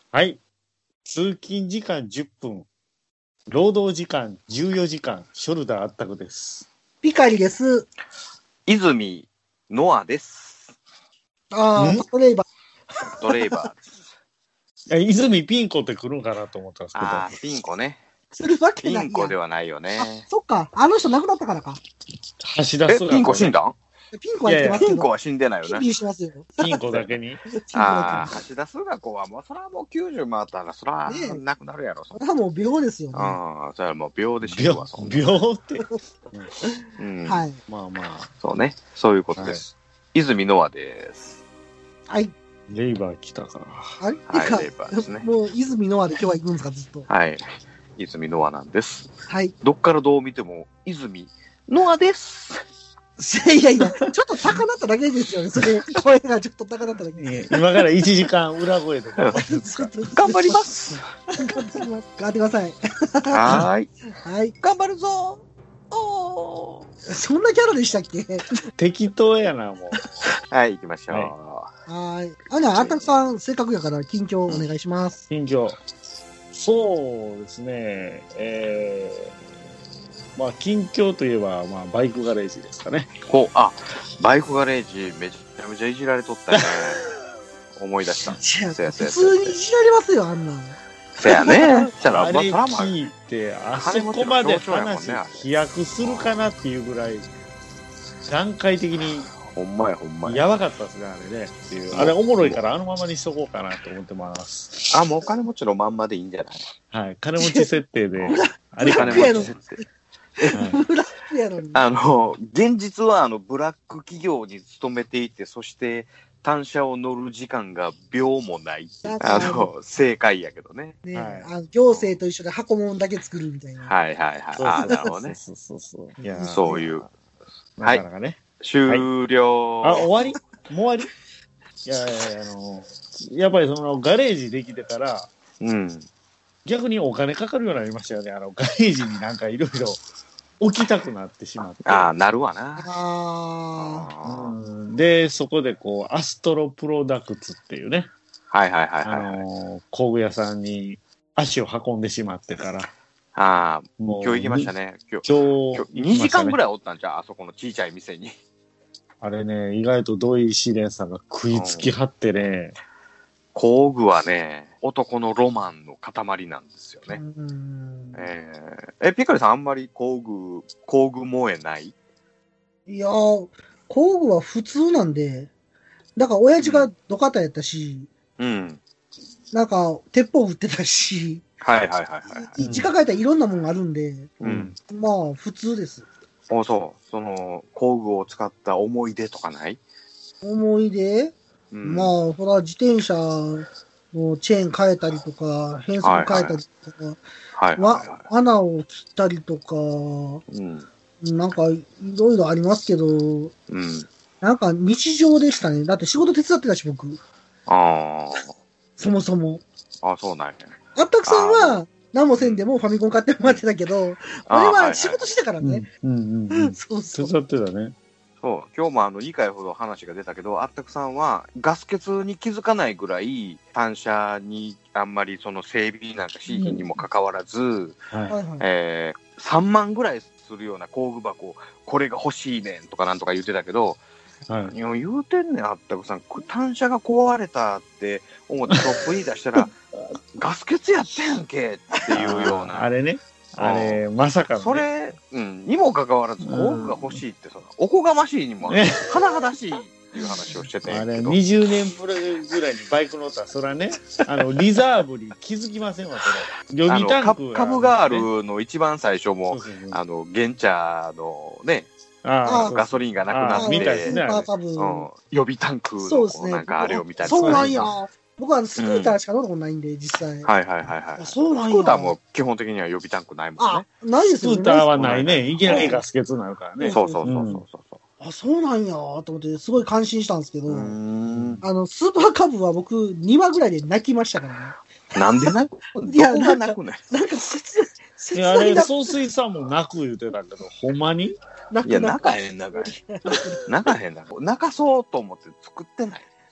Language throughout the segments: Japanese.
はい。通勤時間10分、労働時間14時間、ショルダーあったくです。 ピカリです。 泉ノアです。 トレイバー。ドレイバーです。 泉ピンコって来るんかなと思ったんですけど。 ピンコね。 するわけないやん。 ピンコではないよね。 そっか。あの人亡くなったからか。 橋田壽賀子、ね。 ピンコ死んだん？ ピンコは言ってますけど。 ピンコは死んでないよね。 ピンしますよ。 ピンコだけに。 橋田壽賀子はもう、それはもう90回ったら、それはなくなるやろ。 それはもう病ですよね。 それはもう病で死ぬわ、そんな。 病って。 はい。 まあまあ。 そうね。そういうことです。泉ノアです。 はい。 レイバー来たから。 はい、レイバーですね。 もう泉ノアで今日は行くんですか、ずっと。 はい。泉ノアなんです。 はい。 どっからどう見ても、泉ノアです。 いや、ちょっと高なっただけですよね。それ、声がちょっと高なっただけ。 今から1時間裏声で頑張ります。 頑張ってください。 はい。 はい。 頑張るぞそんなキャラでしたっけ？ 適当やな、もう。はい、行きましょう。はい。あたくさん、せっかくやから近況お願いします。 近況。そうですね。まあ、近況といえば、まあ、バイクガレージですかね。 バイクガレージ、めちゃめちゃいじられとったよね。思い出した。 普通にいじられますよ、あんなん。 せやね。 あれ聞いて、あそこまで話飛躍するかなっていうぐらい、段階的に、 ほんまや。 やばかったですね、あれね。っていう。あれおもろいから、あのままにしとこうかなと思ってます。 もうお金持ちのまんまでいいんじゃない？ はい。金持ち設定で。 あれ金持ち設定。 ブラックやのに。 現実はブラック企業に勤めていて、そして単車を乗る時間が秒もない。正解やけどね。 行政と一緒で箱物だけ作るみたいな。 はい。なるほどね。 そう。 そういう。 なかなかね。 終了。 終わり？もう終わり？いや、やっぱりそのガレージできてから、逆にお金かかるようになりましたよね。ガレージになんかいろいろ置きたくなってしまって。 なるわな。 で、そこでアストロプロダクツっていうね。 はい。 工具屋さんに足を運んでしまってから。 今日行きましたね。今日2時間ぐらいおったんじゃ、あそこの小さい店に。 あれね、意外と土井試練さんが食いつきはってね。 工具はね、男のロマンの塊なんですよね。ピカリさんあんまり工具萌えない？ いやー、工具は普通なんで、だから親父が土方やったし、なんか鉄砲撃ってたし、実家帰ったらいろんなもんがあるんで、まあ普通です。 そう。その工具を使った思い出とかない？ 思い出？まあ、ほら、自転車のチェーン変えたりとか、変速変えたりとか、穴を切ったりとか、なんか、いろいろありますけど、なんか日常でしたね。だって仕事手伝ってたし、僕。そもそも。 そうなんや。 あったくさんは、何もせんでもファミコン買ってもらってたけど、俺は仕事してからね。 そう。手伝ってたね。 そう。今日も2回ほど話が出たけど、あったくさんはガス欠に気づかないぐらい、単車にあんまりその整備なんかしいひんにもかかわらず、3万ぐらいするような工具箱、これが欲しいねんとかなんとか言ってたけど、言うてんねん、あったくさん。単車が壊れたって思ってトップに出したら、ガス欠やったやんけっていうような。 あれね。まさかの、ね。 それ、にもかかわらず、工具が欲しいって、おこがましいにも、甚だしいっていう話をしてて。 あれ、20年ぐらいにバイク乗ったら、そらね、リザーブに気づきませんわ、それ。予備タンク、 カブガールの一番最初も、ゲンチャーのね、ガソリンがなくなって、予備タンクのなんかあれを見たりとか。 そうなんや。僕はスクーターしか乗ったことないんで、実際。 そうなんや。スクーターも基本的には予備タンクないもんね。 ないですよね。 スクーターはないね。いきなりガス欠になるからね。 そう。 そうなんやと思って、すごい感心したんですけど、スーパーカブは僕2話ぐらいで泣きましたからね。 なんで泣く？いや、泣くね。 なんかいや、あれ、総帥さんも泣く言うてたけど、ほんまに？ いや、泣かへん。泣かそうと思って作ってない。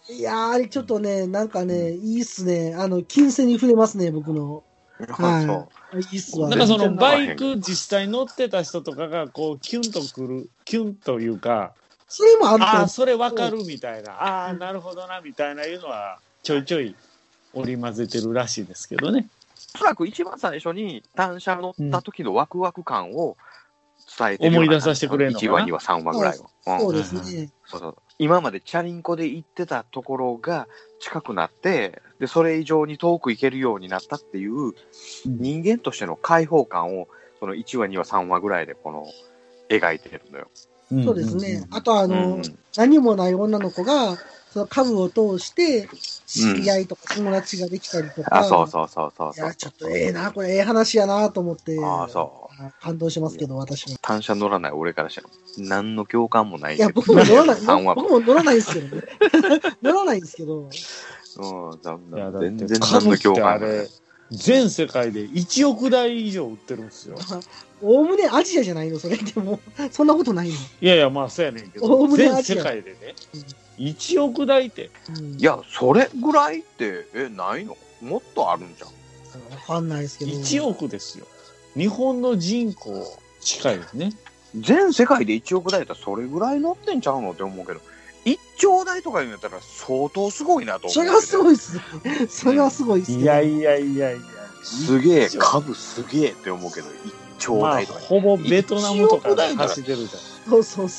いやー、ちょっとね、なんかね、いいっすね。金銭に触れますね、僕の。はい。いいっすわ。 なんかそのバイク実際乗ってた人とかが、こう、キュンとくる、キュンというか、 それもあると思う。 ああ、それわかるみたいな、ああ、なるほどな、みたいないうのは、ちょいちょい織り交ぜてるらしいですけどね。 おそらく一番最初に単車乗った時のワクワク感を伝えてる思い出させてくれるのかな。 1話、2話、3話ぐらいを。 そうですね。 そうそう。今までチャリンコで行ってたところが近くなって、で、それ以上に遠く行けるようになったっていう、人間としての解放感を、その1話、2話、3話ぐらいで描いてるのよ。 そうですね。あと何もない女の子が、その株を通して、知り合いとか友達ができたりとか。 そうそうそうそう。 いや、ちょっとな、これ話やなと思って。 そう。 感動しますけど、私は。 単車乗らない俺からしたら、何の共感もない。 いや、僕も乗らない。僕も乗らないですけどね。乗らないんですけど。 全然何の共感もない。 全世界で1億台以上売ってるんですよ。 おおむねアジアじゃないのそれでも。そんなことないの。 いやいや、まあそうやねんけど、全世界でね、1億台って。 いや、それぐらいって、ないの？もっとあるんじゃん。 わかんないですけど。 1億ですよ。日本の人口近いですね。 全世界で1億台だったらそれぐらい乗ってんちゃうのって思うけど、1兆台とか言うんやったら相当すごいなと思う。 それはすごいっすね。それはすごいっすね。 いやいやいやいや。 すげえ、株すげえって思うけど、1兆台とか。 ほぼベトナムとかで走ってるじゃん。そう。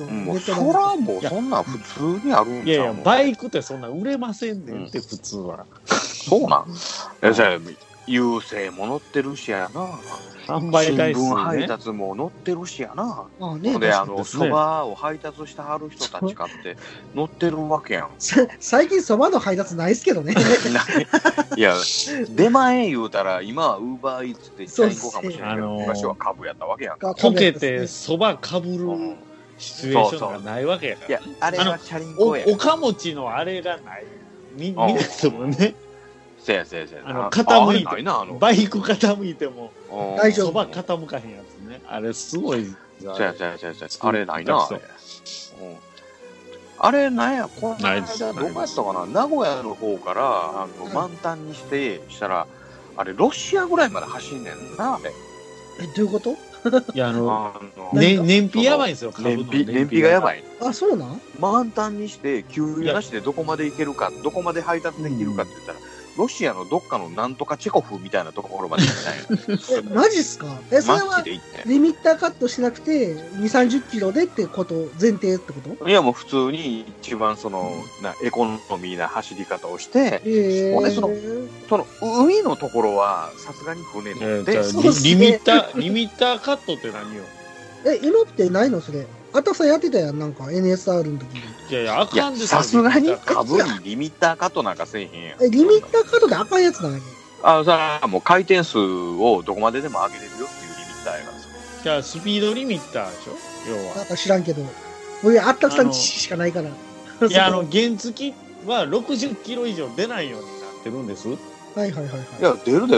もうそらもうそんなん普通にあるんちゃうの？ いやいや、バイクってそんな売れませんねんって普通は。 そうなん？じゃあ、郵政も乗ってるしやな。 販売台数、ね、 新聞配達も乗ってるしやな。 ね、 で、そばを配達してはる人たちかって乗ってるわけやん。 最近そばの配達ないっすけどね。 いや、出前言うたら、今はウーバーイーツって言っちゃいこうかもしれないけど、昔は株やったわけやんか。 こけてそばかぶるシチュエーションがないわけやから。 いや、あれはチャリンコや。 おかもちのあれがない。みなともね。 せや。 傾いて、バイク傾いても、 大丈夫。 そば傾かへんやつね。あれすごい。 せや。あれないな、あれ。あれなんや、この間どこやったかな、名古屋の方から満タンにしたら、あれロシアぐらいまで走んねんな、あれ。 どういうこと？ いや、燃費やばいんですよ、 燃費がやばい。 あ、そうなん？ 満タンにして、給油なしでどこまで行けるか、どこまで配達できるかって言ったら、ロシアのどっかのなんとかチェコフみたいなところまで行きたいな。 マジっすか？それはリミッターカットしなくて2、30キロでってこと前提ってこと？ いやもう普通に一番エコノミーな走り方をして、その海のところはさすがに船乗って、 リミッターカットって何よ？ 今ってないのそれ？あたくさんやってたやん、なんか NSR の時に。 いや、あかんですよ。 さすがに株にリミッターカットなんかせえへんやん。 リミッターカットであかんやつなんやね。 さあ、もう回転数をどこまででも上げれるよっていうリミッターやからさ。 じゃあ、スピードリミッターでしょ要は。 なんか知らんけど。あたくさん知識しかないから。 いや、原付は60キロ以上出ないようになってるんです。 はい。 いや、出る。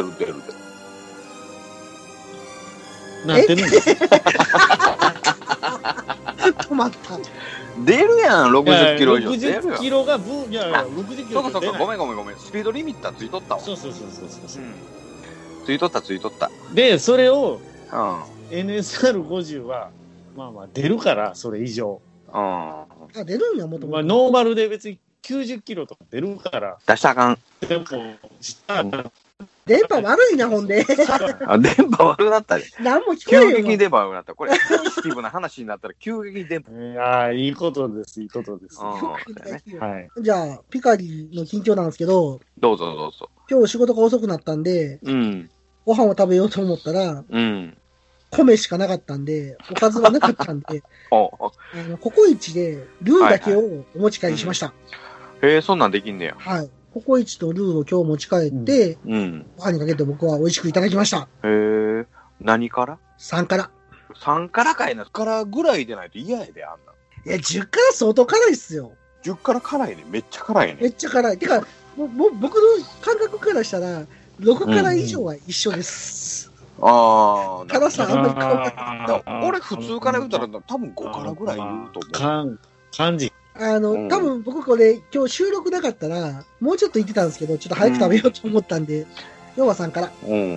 なってるんです。 止まった。 出るやん、60キロ以上。 60キロがいや、60キロそうごめん。スピードリミッターついとったわ。 そう。 ついとった。 で、それを、NSR50 は、まあ出るから、それ以上。 出るんや、もともと。 ノーマルで別に90キロとか出るから。 出したらあかん。 でも、 電波悪いな、ほんで。 電波悪くなったで。 何も聞こえよ。 急激に電波悪くなった。これ、ポジティブな話になったら急激に電波。 いやいいことです。 はい。じゃあ、ピカリの近況なんですけど。 どうぞ。 今日仕事が遅くなったんで、ご飯を食べようと思ったら、米しかなかったんで、おかずがなかったんで、ココイチでルーだけをお持ち帰りしました。 そんなんできんねや。 はい。ココイチとルーを今日持ち帰って、ご飯にかけて僕は美味しくいただきました。 何から ?3 から。 3からかいな。からぐらいでないと嫌やで、あんな。 いや、10から相当辛いっすよ。 10から辛いね。めっちゃ辛いね。 めっちゃ辛い。てか、もう僕の感覚からしたら、6から以上は一緒です。辛さあんまり変わらない。 俺普通から言うたら多分5からぐらい言うと思う。 感じ。 多分僕これ、今日収録なかったら、もうちょっと言ってたんですけど、ちょっと早く食べようと思ったんで、要は3から。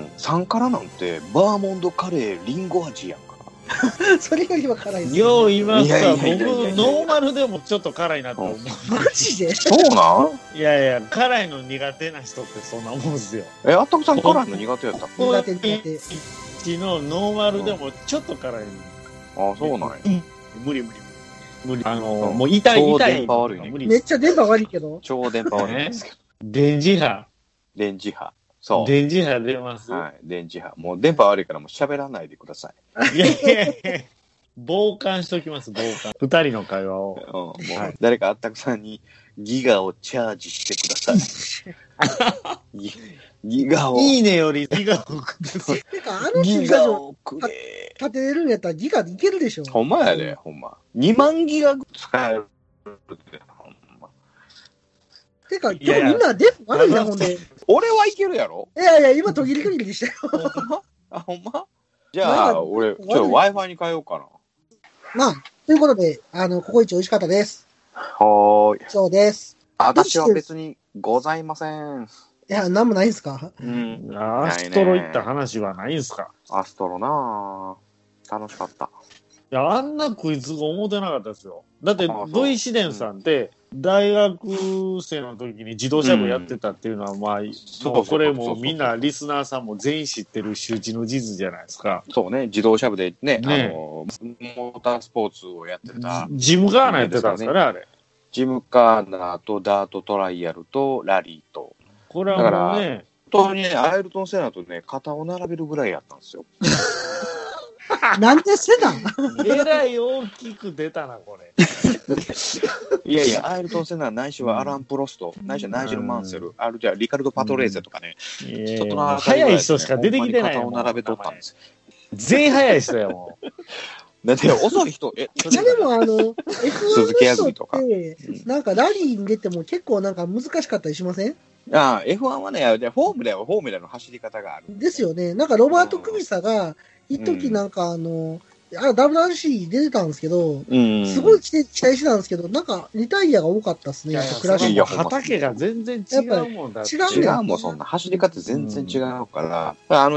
3からなんて、バーモンドカレーリンゴ味やんか。 それよりは辛いです、 ね。よう言いますか、僕、ノーマルでもちょっと辛いなと思う。 マジでそうなんいやいや、辛いの苦手な人ってそんなもんですよ。 あったくさん辛いの苦手やったっけ？ 苦手。 のノーマルでもちょっと辛い。 あ、そうなんや。 無理。もう痛い。 めっちゃ電波悪いけど。 超電波悪いですけど。 電磁波。 そう。 電磁波出ます。 はい、電磁波。もう電波悪いからもう喋らないでください。いや傍観しときます、傍観。二人の会話を。 もう誰かあったくさんにギガをチャージしてください。ギガを。 いいねよりギガをくれ。 てか、ギガをくれ。立てれるんやったらギガでいけるでしょ。 ほんまやで、ほんま。2万ギガ使えるって、ほんま。 てか、今日みんな電波悪いな、ほんで。 俺はいけるやろ？ いや、今途切れ途切れでしたよ。 あ、ほんま？じゃあ、俺、ちょっと Wi-Fi に変えようかな。 まあ、ということで、ココイチ美味しかったです。 はーい。 そうです。 私は別にございません。 いや、なんもないんすか？ アストロ行った話はないんすか？ アストロなぁ。楽しかった。 いや、あんなクイズが思ってなかったですよ。だって、土井紫伝さんって、大学生の時に自動車部やってたっていうのは、まあ、もうこれもみんなリスナーさんも全員知ってる周知の事実じゃないですか。 そうね、自動車部でね、モータースポーツをやってた。 ジムカーナやってたんですかね、あれ。 ジムカーナとダートトライアルとラリーと。 これはもうね、 本当にね、アイルトン・セナとね、肩を並べるぐらいやったんですよ。 なんでセナえらい大きく出たな、これ。 いやいや、アイルトン・セナ、ないしはアラン・プロスト、ないしはナイジェル・マンセル、じゃあリカルド・パトレーゼとかね、 早い人しか出てきてない肩を並べとったんです。 全員早い人やもん。 だって遅い人、 でも鈴木康美とか。 なんかラリーに出ても結構なんか難しかったりしません？ F1 はね、フォームラの走り方がある。 ですよね。なんかロバート・クビサが、一時なんかWRC 出てたんですけど、すごい期待してたんですけど、なんかリタイアが多かったですね。 クラッシュ畑が全然違うもんだって。 違うもん、そんな。走り方全然違うから。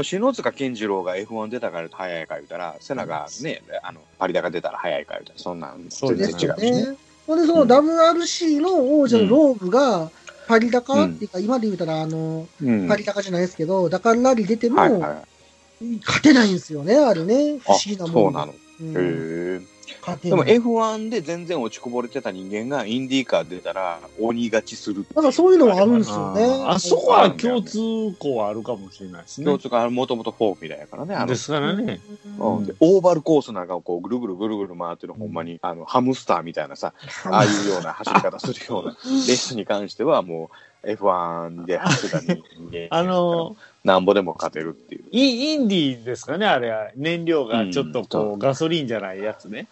篠塚健次郎が F1 出たから早いか言うたら、セナがね、パリダが出たら早いか言うたら、そんなん全然違うしね。 ほんで、その WRC の王者のローブが、パリダカっていうか、今で言うたら、パリダカじゃないですけど、ダカラリー出ても、勝てないんですよね、あれね。不思議なもん。 そうなの。へでも F1 で全然落ちこぼれてた人間がインディーカー出たら鬼勝ちする。 なんかそういうのはあるんですよね。 あそこは共通項はあるかもしれないですね。 共通項はもともとフォーミュラやからね。 ですからね。 オーバルコースなんかこうぐるぐるぐるぐる回ってるほんまにハムスターみたいなさ、ああいうような走り方するようなレースに関してはもうF1 で走ってた人間なんぼでも勝てるっていう。 インディーですかね、あれは。燃料がちょっとこう、ガソリンじゃないやつね。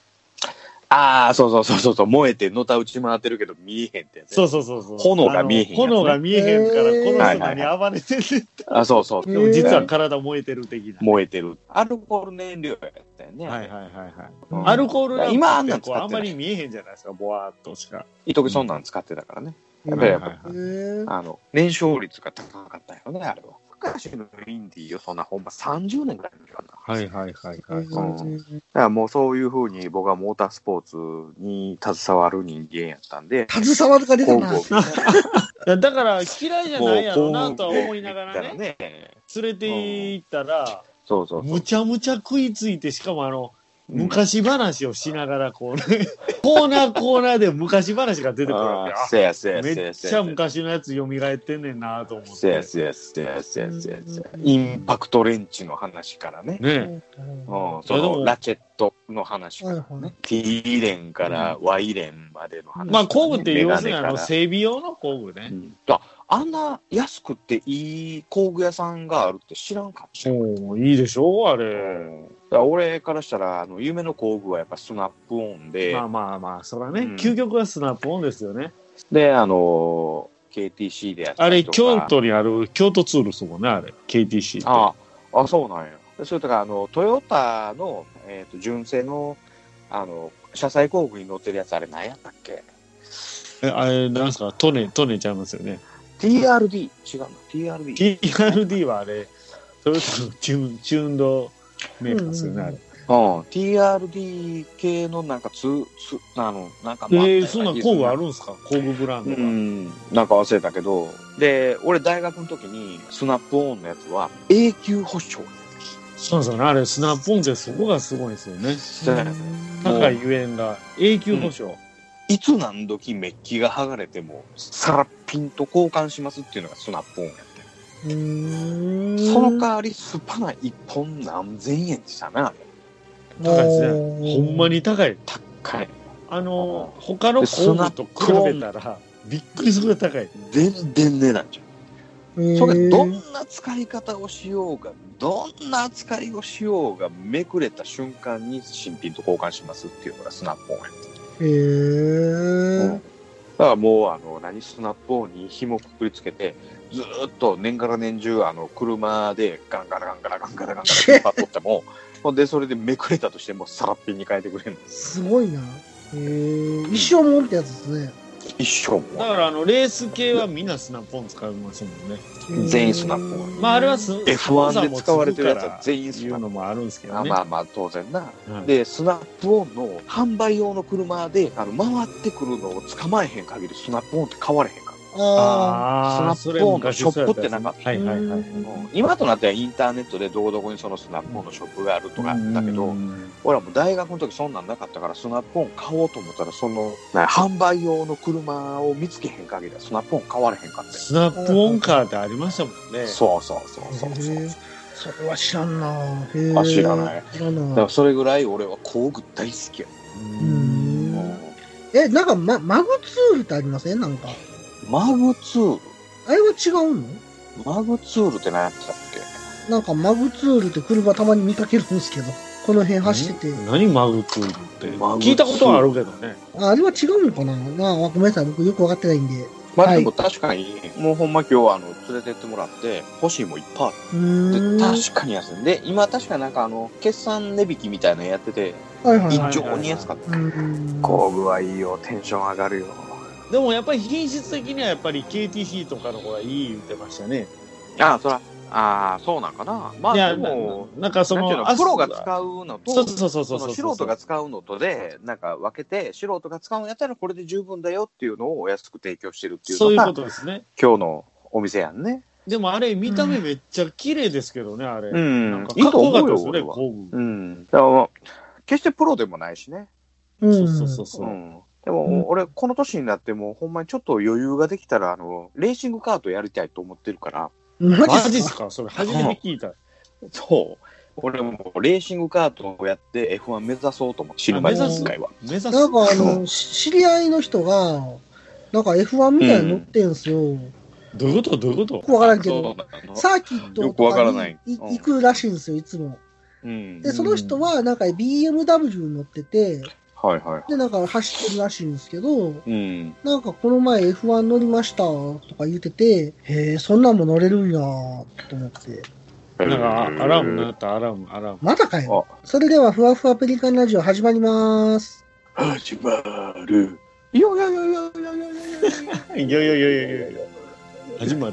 そう、燃えてのた打ち回ってるけど見えへんってやつ。 そう。 炎が見えへん、ね。 炎が見えへんから、この人何暴れてるって。 そう。 でも実は体燃えてる的な。 燃えてる。アルコール燃料やったよね。 はい。アルコール燃料今あんなんあんまり見えへんじゃないですか、ボワーっとしか。 一時そんなん使ってたからね。やっぱり燃焼率が高かったよね、あれは。昔のインディーよ、そんなほんま30年ぐらいかな。 はい。 だからもうそういうふうに僕はモータースポーツに携わる人間やったんで。 携わるか出たな。 だから嫌いじゃないやろなとは思いながらね。連れて行ったら、むちゃむちゃ食いついて、しかも昔話をしながら、こうね、コーナーで昔話が出てくるわけ。めっちゃ昔のやつ蘇ってんねんなと思って。 インパクトレンチの話からね。そのラチェットの話からね。T 連から Y 連までの話。 まあ工具って要するに整備用の工具ね。 あんな安くていい工具屋さんがあるって知らんかった。 いいでしょあれ。 俺からしたら夢の工具はやっぱスナップオンで。 まあ、そらね、究極はスナップオンですよね。 で、KTC でやったりとか。あれ、京都にある、京都ツールスもね、あれ、KTC って。 そうなんや。それとか、トヨタの、純正の、車載工具に乗ってるやつ、あれ何やったっけ？ あれ、なんすか、トネちゃいますよね。 TRD、違うの ?TRD はあれ、トヨタのチューンドメーカーですよね、あれ。 TRD 系のなんかなんかそんな工具あるんですか、工具ブランドが。 なんか忘れたけど、で、俺大学の時にスナップオンのやつは永久保証。 そうですよね、あれ、スナップオンってそこがすごいですよね。高いゆえんが永久保証。 いつ何時メッキが剥がれても、さらっピンと交換しますっていうのがスナップオンやって。その代わりスパナ1本何千円でしたな、あれ。 高いですね。ほんまに高い。 高い。 他の工具と比べたら、びっくりするぐらい高い。 全然値段じゃん。それどんな使い方をしようが、どんな扱いをしようが、めくれた瞬間に新品と交換しますっていうのがスナップオンやって。だからもうスナップオンに紐くくりつけて、ずーっと年がら年中車でガラガラガラガラガラガラガラ引っ張っとっても、ほんでそれでめくれたとしてもさらっぴんに変えてくれるんです。 すごいな。一生もんってやつですね。 一生もん。 だからレース系はみんなスナップオン使いますもんね。 全員スナップオン。 まああれは F1 で使われてるやつは全員スナップオン。 いうのもあるんですけどね。 まあ当然な。で、スナップオンの販売用の車で回ってくるのを捕まえへん限りスナップオンって買われへんから。スナップオンのショップってなんか、今となってはインターネットでどこどこにそのスナップオンのショップがあるとかだけど、俺はもう大学の時そんなんなかったから、スナップオン買おうと思ったら、その販売用の車を見つけへん限りはスナップオン買われへんかって。 スナップオンカーってありましたもんね。 そう。 それは知らんな。 知らない。だからそれぐらい俺は工具大好きや。 なんかマグツールってありません？なんか。 マグツール？ あれは違うの？ マグツールって何やってたっけ？ なんかマグツールって車たまに見かけるんですけど、この辺走ってて。 何マグツールって。聞いたことはあるけどね。 あれは違うのかな？ごめんなさい、僕よくわかってないんで。 でも確かに、もうほんま今日連れてってもらって、欲しいもいっぱいある。で、確かに安い。で、今確かなんか決算値引きみたいなのやってて、異常に安かった。工具はいいよ、テンション上がるよ。 でもやっぱり品質的にはやっぱり KTC とかの方がいい言ってましたね。 そうなんかな。まあでも、 なんかプロが使うのと、 素人が使うのとで、なんか分けて、素人が使うんやったらこれで十分だよっていうのをお安く提供してるっていうのが、 そういうことですね。 今日のお店やんね。 でもあれ、見た目めっちゃ綺麗ですけどね、あれ。 なんかかっこよかったですよね、工具。 だから決してプロでもないしね。 そう。 でも、俺、この年になっても、ほんまにちょっと余裕ができたら、レーシングカートやりたいと思ってるから。 マジっすか？それ初めて聞いた。 そう。俺もレーシングカートをやって F1 目指そうと思って、死ぬ前に1回は。 なんか知り合いの人が、なんか F1 みたいに乗ってんすよ。 どういうこと？よくわからんけど、サーキットとかに行くらしいんですよ、いつも。で、その人はなんか BMW に乗ってて、で、なんか走ってるらしいんですけど、なんかこの前 F1 乗りましたとか言ってて、そんなんも乗れるんやと思って。 なんかアラームなった、アラーム。 まだかよ。それではふわふわペリカンラジオ始まりまーす。 始まる。よ始まるよ。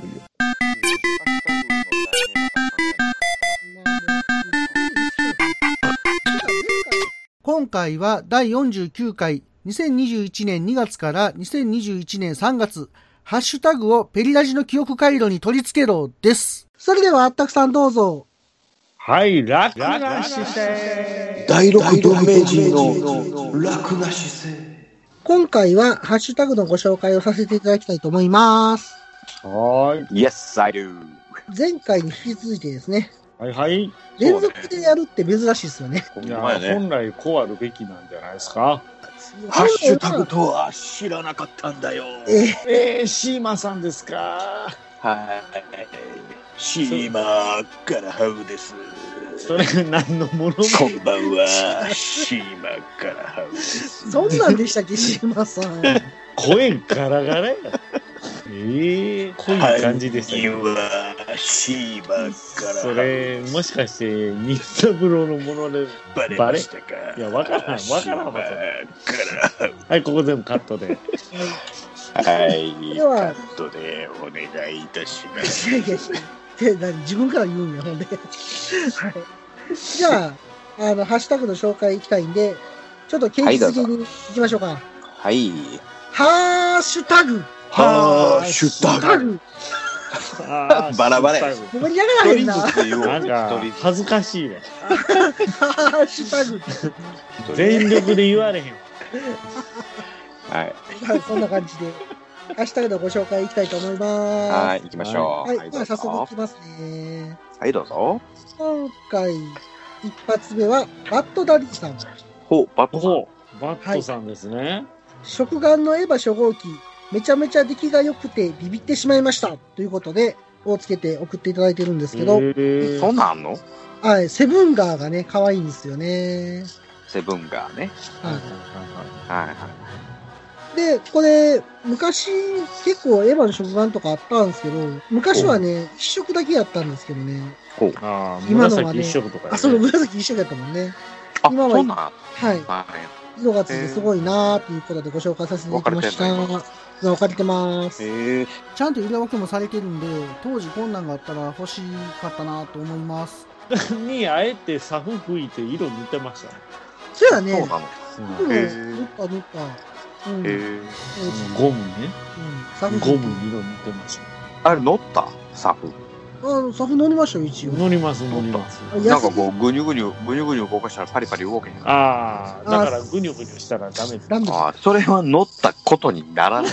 今回は第49回2021年2月から2021年3月ハッシュタグをペリラジの記憶回路に取り付けろです。それではあったくさんどうぞ。 はい、楽な姿勢。 第六文明人の楽な姿勢。 今回はハッシュタグのご紹介をさせていただきたいと思います。 はい。 Yes, I do. 前回に引き続いてですね。 はい。 連続でやるって珍しいですよね。 いや、本来こうあるべきなんじゃないですか。 ハッシュタグとは知らなかったんだよ。 シーマさんですか。 はい。シーマからハウです。 それ何のものまね。 こんばんは、シーマからハウです。 そんなんでしたっけ、シーマさん。 声ガラガラや。濃い感じでしたね。 シーマからそれもしかして日三郎のものでバレましたか？ いや、わからん。はい、ここ全部カットで。 はい。 では、カットでお願いいたします。 いやいや、自分から言うんや、ほんで。はい。じゃあ、ハッシュタグの紹介いきたいんで、ちょっと景気づけに行きましょうか。 はい。 ハッシュタグ。 ハッシュタグ。バラバラや。 盛り上がらへんな。 なんか、恥ずかしいね。 ハッシュタグ。 全力で言われへん。 はい。 そんな感じで、ハッシュタグのご紹介いきたいと思います。 はい、行きましょう。はい、では早速いきますね。 はい、どうぞ。 今回、一発目は、バットダディさん。 ほう、バットさん。 バットさんですね。 食玩のエヴァ初号機、めちゃめちゃ出来が良くてビビってしまいました。ということで、をつけて送っていただいてるんですけど。 そんなんあんの？ はい、セブンガーがね、可愛いんですよね。 セブンガーね。 はい。 はいはい。 で、これ、昔、結構エヴァの食玩とかあったんですけど、昔はね、一色だけやったんですけどね。 今のはね、一色とか、ね。 あ、そう、紫一色やったもんね。 今は、 はい。色がついてすごいなーっていうことでご紹介させていただきました。分かれてます。ちゃんと色分けもされてるんで、当時こんなんがあったら欲しかったなと思います。 に、あえてサフ吹いて色塗ってましたね。 そうやね。 そうなの。 塗った。 ゴムね。ゴムに色塗ってました。 あれ乗ったサフ。 サフ乗りましたよ、一応。 乗ります。 なんかこう、ぐにゅぐにゅ動かしたらパリパリ動けへん。 だからぐにゅぐにゅしたらダメです。 それは乗ったことにならない。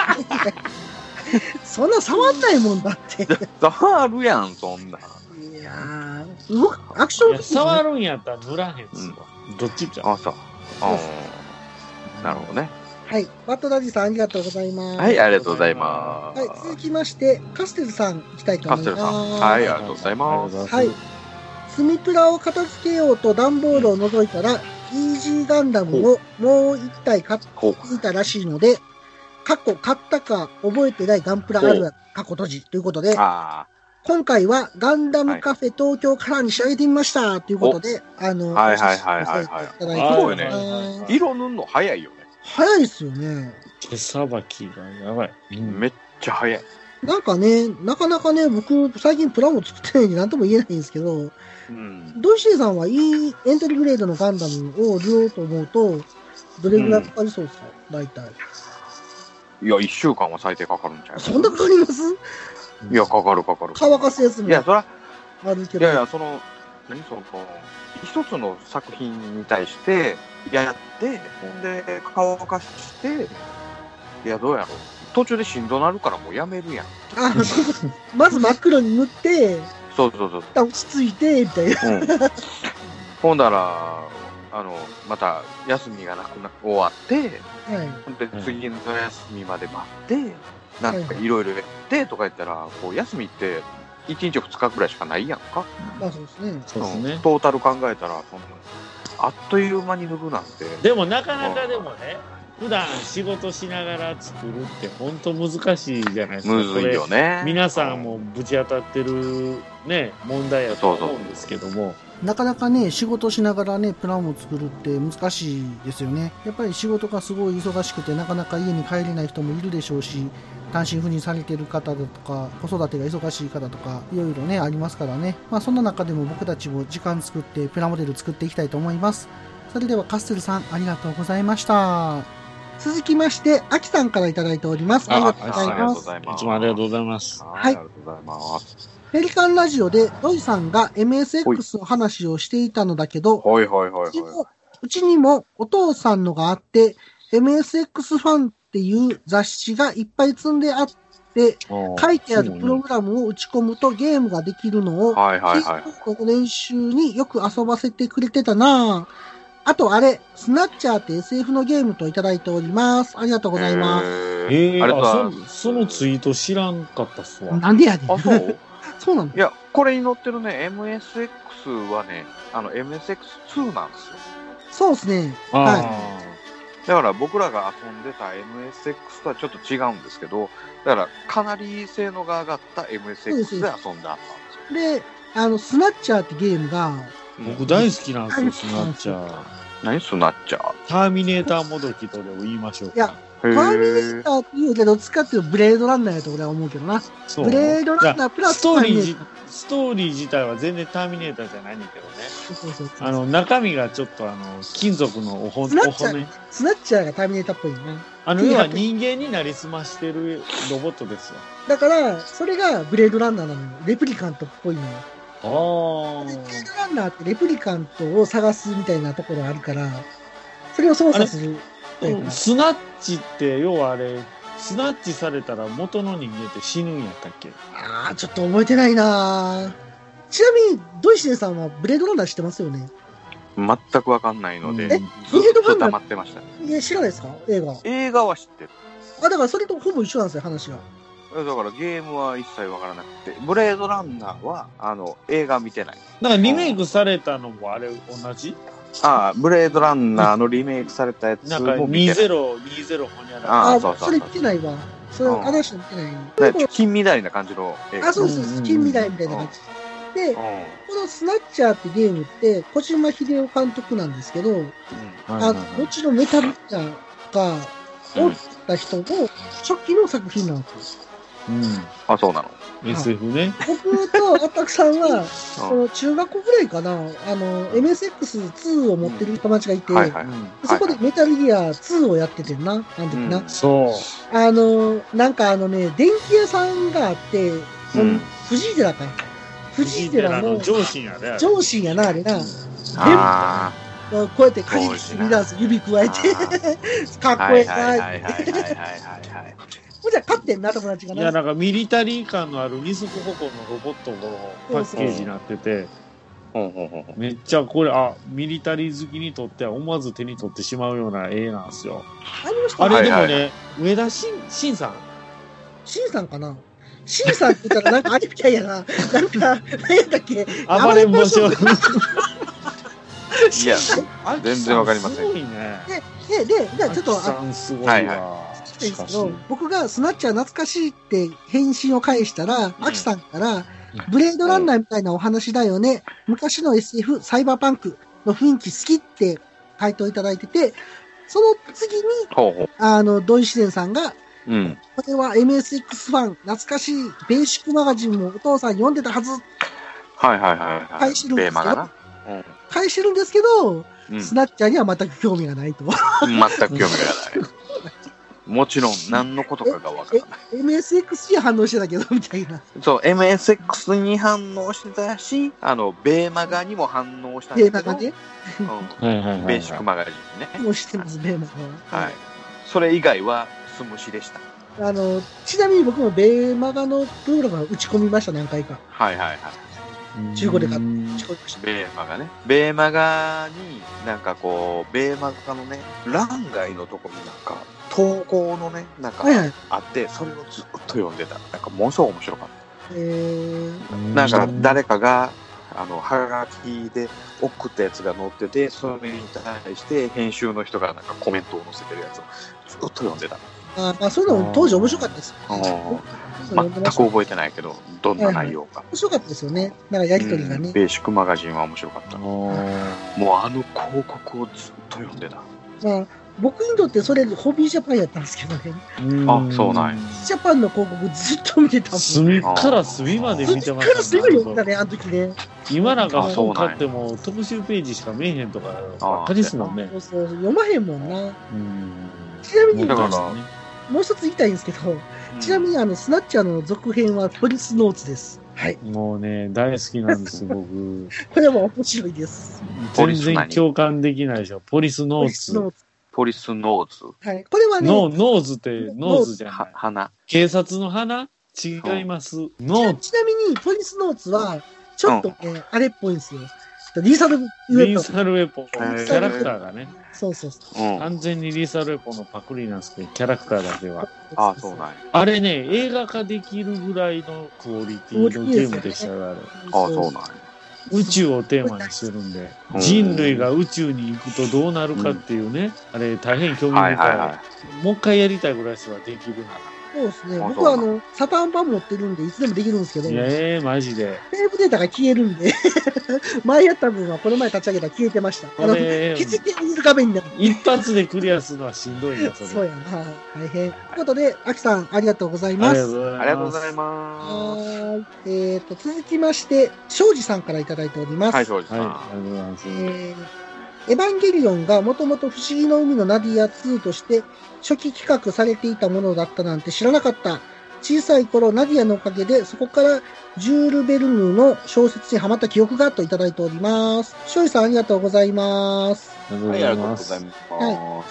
そんな触んないもんだって。 触るやん、そんな。 いやアクション触るんやったら塗らへんすわ。どっちじゃん。 そう。なるほどね。 はい。バットダディさん、ありがとうございます。 はい、ありがとうございます。 はい、続きまして、カステルさん、いきたいと思います。 カステルさん。はい、ありがとうございます。 はい。スミプラを片付けようと段ボールを除いたら、イージーガンダムをもう一体買っていたらしいので、買ったか覚えてないガンプラある過去閉じということで、今回はガンダムカフェ東京カラーに仕上げてみましたということで、 はい。色塗るの早いよね。 早いですよね。 手さばきがやばい。 めっちゃ早い。 なんかね、なかなかね、僕、最近プラモ作ってないんで何とも言えないんですけど、ドイシーさんはいいエントリーグレードのガンダムを売ろうと思うと、どれぐらいかかりそうですか、大体。 いや、1週間は最低かかるんちゃう？ そんなかかります？ いや、かかる。 乾かすやつも。 いや、そら、 あるけど。 いや、一つの作品に対してやって、ほんで乾かして、いや、どうやろう。途中でしんどなるからもうやめるやん。 まず真っ黒に塗って、 そう。 落ち着いて、みたいな。 ほんだら、また休みが終わって、ほんで次の休みまで待って、なんかいろいろやってとか言ったら、こう休みって1日2日くらいしかないやんか。 まあそうですね。 トータル考えたら、あっという間に塗るなんて。 でもなかなかでもね、普段仕事しながら作るって本当難しいじゃないですか。 むずいよね。 皆さんもぶち当たってるね、問題やと思うんですけども。 なかなかね、仕事しながらね、プランを作るって難しいですよね。やっぱり仕事がすごい忙しくて、なかなか家に帰れない人もいるでしょうし、単身赴任されてる方だとか、子育てが忙しい方とか、いろいろね、ありますからね。まあそんな中でも僕たちも時間作って、プラモデル作っていきたいと思います。それではカステルさん、ありがとうございました。続きまして、アキさんからいただいております。ありがとうございます。 いつもありがとうございます。 はい。ありがとうございます。ペリカンラジオでロイさんが MSX の話をしていたのだけど、うちにもお父さんのがあって、MSX ファンっていう雑誌がいっぱい積んであって、書いてあるプログラムを打ち込むとゲームができるのを、練習によく遊ばせてくれてたなぁ。あとあれ、スナッチャーって SF のゲームといただいております。ありがとうございます。 そのツイート知らんかったっすわ。 なんでやねん。 あ、そうそうなの？ いや、これに載ってるね、MSX はね、MSX2 なんですよ。 そうですね。 はい。だから僕らが遊んでた MSX とはちょっと違うんですけど、だからかなり性能が上がった MSX で遊んであったんですよ。 で、スナッチャーってゲームが、 僕大好きなんですよ、スナッチャー。 何スナッチャー？ ターミネーターもどきとでも言いましょうか。 いや、 ターミネーターっていうけど、どっちかっていうとブレードランナーやと俺は思うけどな。ブレードランナープラスストーリー自体は全然ターミネーターじゃないんだけどね。そう中身がちょっと金属のお骨。スナッチャーがターミネーターっぽいな。 要は人間になりすましてるロボットですよ。 だから、それがブレードランナーなのよ。レプリカントっぽいのよ。ブレードランナーってレプリカントを探すみたいなところあるから、それを操作する。 スナッチって、要はスナッチされたら元の人間って死ぬんやったっけ？ ちょっと覚えてないな。ちなみに、ドイシネさんはブレードランナー知ってますよね？ 全くわかんないので、ずっと黙ってました。 知らないですか？ 映画は知ってる。 だからそれとほぼ一緒なんですよ、話が。 だからゲームは一切わからなくて、ブレードランナーは、映画見てない。 だからリメイクされたのも同じ？ ブレードランナーのリメイクされたやつも見てない。 2020ほにゃらら。それ見てないわ。それ話見てない。金みたいな感じの映画。そうそう、金みたいな感じ。で、このスナッチャーってゲームって、小島秀夫監督なんですけど、もちろんメタルギアが、おった人の初期の作品なんですよ。そうなの。 SF ね。 僕とアタクさんは、その中学校ぐらいかな、MSX2 を持ってる友達がいて、そこでメタルギア2をやっててんな、あの時な。 そう。 なんか電気屋さんがあって、藤井寺か。藤井寺の上心やね。 上心やな、あれな。こうやってカリッとリダンス指加えて、かっこええな。ほんじゃ勝ってんな、友達がな。 いや、なんかミリタリー感のある二足歩行のロボットのパッケージになってて、めっちゃこれ、ミリタリー好きにとっては思わず手に取ってしまうような絵なんですよ。あれでもね、上田晋さん。 晋さんかな？晋さんって言ったらなんかあれみたいやな。なんか、何やったっけ？ 暴れん坊将軍。 いや、全然わかりません。すごいね。で、ちょっと、ですけど、僕がスナッチャー懐かしいって返信を返したら、アキさんから、ブレードランナーみたいなお話だよね。昔の SF、サイバーパンクの雰囲気好きって回答いただいてて、その次に、土井自然さんが、これは MSX ファン、懐かしいベーシックマガジンもお父さん読んでたはず。返してるんですけど、返してるんですけど、スナッチャーには全く興味がないと。 全く興味がない。もちろん何のことかがわからない。 MSX に反応してたけど、みたいな。 そう、MSX に反応してたし、ベーマガにも反応したんだけど。 ベーマガね。 ベーシックマガジンね。 もう知ってます、ベーマガは。はい。それ以外は素虫でした。 ちなみに僕もベーマガのプログラム打ち込みました、何回か。中古で買って打ち込みました。 ベーマガね。ベーマガに、なんかこう、ベーマガのね、欄外のところになんか、投稿のね、なんかあって、それをずっと読んでた。なんかものすごく面白かった。なんか誰かが、はがきで送ったやつが載ってて、それに対して編集の人がなんかコメントを載せてるやつをずっと読んでた。 そういうの当時面白かったですよ。 全く覚えてないけど、どんな内容か。 面白かったですよね。なんかやりとりがね。 ベーシックマガジンは面白かった。もう広告をずっと読んでた。 僕にとってそれホビージャパンやったんですけどね。 そうなんや。 ジャパンの広告ずっと見てたもん。 隅から隅まで見てましたね。隅から隅まで読んだね、あの時ね。 今なんか本買っても特集ページしか見えへんとかばっかりですもんね。 そう、読まへんもんな。ちなみに、もう一つ言いたいんですけど、ちなみにスナッチャーの続編はポリスノーツです。はい。 もうね、大好きなんです、僕。 これも面白いです。 全然共感できないでしょ。ポリスノーツ。 ポリスノーズ。 はい。これはね。 ノーズってノーズじゃない。 花。 警察の花違います。 ノーズ。ちなみに、ポリスノーズは、ちょっとね、あれっぽいんですよ。リーサルウェポン。 リーサルウェポン。キャラクターがね。 そうそう。 完全にリーサルウェポンのパクリなんですけど、キャラクターだけは。 そうなんや。 あれね、映画化できるぐらいのクオリティのゲームでしたよ、あれ。 そうなんや。 宇宙をテーマにしてるんで、人類が宇宙に行くとどうなるかっていうね、あれ大変興味深い。もう一回やりたいぐらいですわ、できるなら。 そうですね。僕はサターン版持ってるんで、いつでもできるんですけど。 マジで。 セーブデータが消えるんで、前やった分はこの前立ち上げたら消えてました。気づける画面になる。 一発でクリアするのはしんどいんだ、それ。 そうやな。大変。ということで、アキさん、ありがとうございます。 ありがとうございます。 続きまして、庄司さんからいただいております。 はい、庄司さん。ありがとうございます。 エヴァンゲリオンがもともと不思議の海のナディア2として初期企画されていたものだったなんて知らなかった。小さい頃ナディアのおかげでそこからジュール・ベルヌの小説にハマった記憶がといただいております。庄司さんありがとうございます。 はい、ありがとうございます。はい、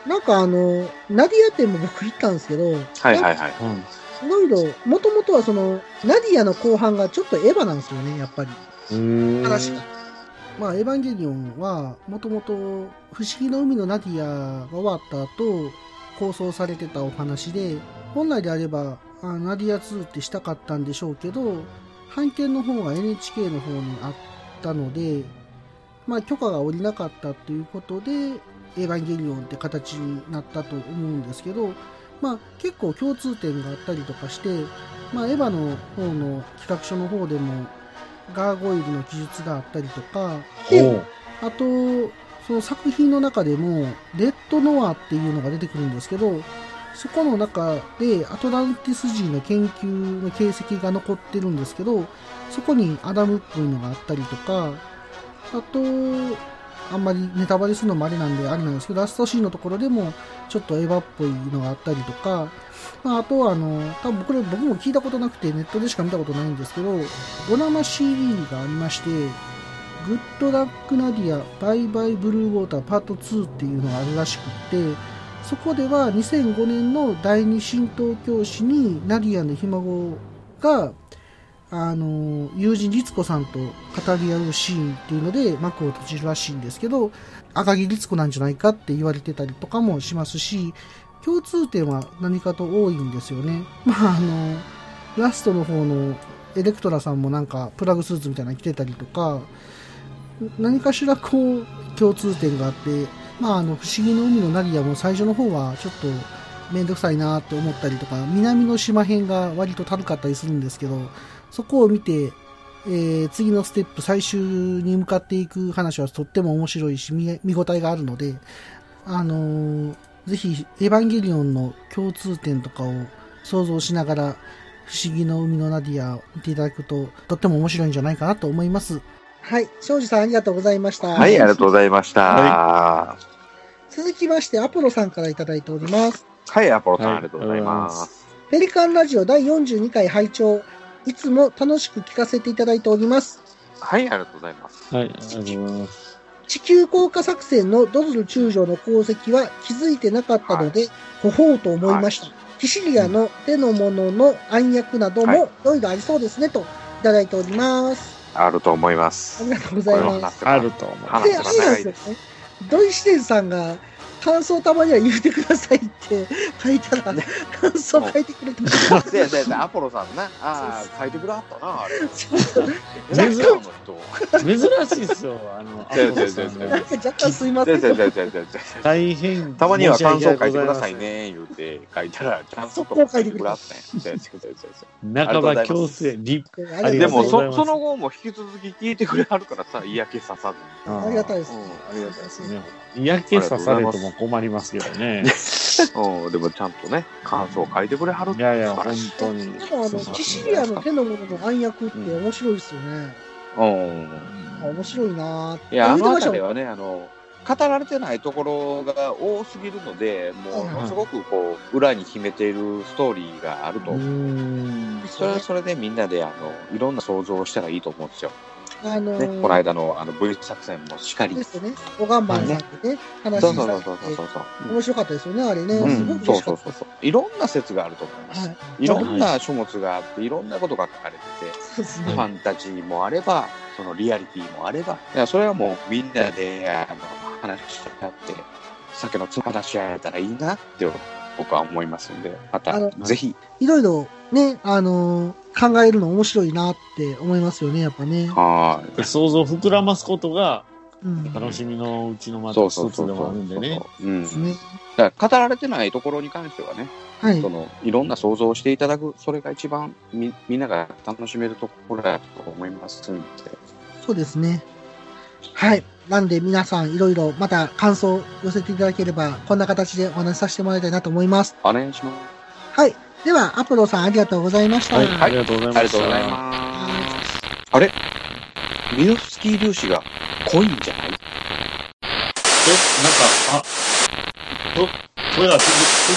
なんかナディア店も僕行ったんですけど、 はいはいはい。 いろいろ、もともとはナディアの後半がちょっとエヴァなんですよね、やっぱり。話が。まあ、エヴァンゲリオンは、もともと、不思議の海のナディアが終わった後、構想されてたお話で、本来であれば、ナディア2ってしたかったんでしょうけど、版権の方が NHK の方にあったので、まあ、許可が下りなかったということで、エヴァンゲリオンって形になったと思うんですけど、まあ、結構共通点があったりとかして、まあ、エヴァの方の企画書の方でも、ガーゴイルの記述があったりとか、で、あと、その作品の中でも、レッドノアっていうのが出てくるんですけど、そこの中でアトランティス人の研究の形跡が残ってるんですけど、そこにアダムっぽいのがあったりとか、あと、あんまりネタバレするのもあれなんであれなんですけど、ラストシーンのところでもちょっとエヴァっぽいのがあったりとか、まあ、あとは多分僕も聞いたことなくてネットでしか見たことないんですけど、ドラマ CD がありまして、グッドラックナディアバイバイブルーウォーターパート2っていうのがあるらしくって、そこでは2005年の第二神道教師にナディアのひ孫が友人律子さんと語り合うシーンっていうので幕を閉じるらしいんですけど、赤木律子なんじゃないかって言われてたりとかもしますし、共通点は何かと多いんですよね。まあラストの方のエレクトラさんもなんかプラグスーツみたいなの着てたりとか、何かしらこう共通点があって、まあ不思議の海のナディアも最初の方はちょっとめんどくさいなって思ったりとか、南の島編が割とたるかったりするんですけど、そこを見て、次のステップ最終に向かっていく話はとっても面白いし見応えがあるので、ぜひエヴァンゲリオンの共通点とかを想像しながら不思議の海のナディアを見ていただくととっても面白いんじゃないかなと思います。はい、庄司さんありがとうございました。 はい、ありがとうございました。 はい、続きましてアポロさんからいただいております。 はい、アポロさん、ありがとうございます。 ペリカンラジオ第42回拝聴、いつも楽しく聞かせていただいております。 はい、ありがとうございます。 はい、ありがとうございます。 地球降下作戦のドズル中将の功績は気づいてなかったので、ほほうと思いました。キシリアの手のものの暗躍などもいろいろありそうですね、といただいております。 あると思います。 ありがとうございます。 あると思います。 で、あれなんですよね。土井四天さんが、感想たまには言うてくださいって書いたら、感想書いてくれてました。 アポロさんな、書いてくれはったな、あれ。 珍しいっすよ、アポロさん。 なんか若干すいません。 大変。 たまには感想書いてくださいね、言うて書いたら、ちゃんと書いてくれはったん。半ば強制、 でも、その後も引き続き聞いてくれはるからさ、嫌気ささずに。ありがたいです。 ありがたいですね。嫌気さされても困りますけどね。 でもちゃんとね、感想を書いてくれはる。 いやいや、本当に。 でもキシリアの手のものの暗躍って面白いですよね。面白いなぁ。 いや、あの辺りはね、語られてないところが多すぎるので、ものすごくこう、裏に秘めているストーリーがあると思う。それはそれでみんなで、いろんな想像をしたらいいと思うんですよ。この間のV 作戦もしかりですね。おがんばんさんでね、話されて面白かったですよね、あれね。 そう。いろんな説があると思います。いろんな書物があって、いろんなことが書かれてて、ファンタジーもあれば、そのリアリティもあれば、それはもうみんなで話し合って、酒のつま話し合えたらいいなって僕は思いますんで、またぜひ。 いろいろね、考えるの面白いなって思いますよね、やっぱね。 想像を膨らますことが楽しみのうちのまた一つでもあるんでね。 だから語られてないところに関してはね、 いろんな想像をしていただく、それが一番みんなが楽しめるところだと思いますんで。 そうですね。はい。なんで皆さんいろいろまた感想を寄せていただければ、こんな形でお話しさせてもらいたいなと思います。 お願いします。 はい。では、アポロさんありがとうございました。 はい、ありがとうございました。 ありがとうございます。あれミノフスキー粒子が濃いんじゃない？ 声が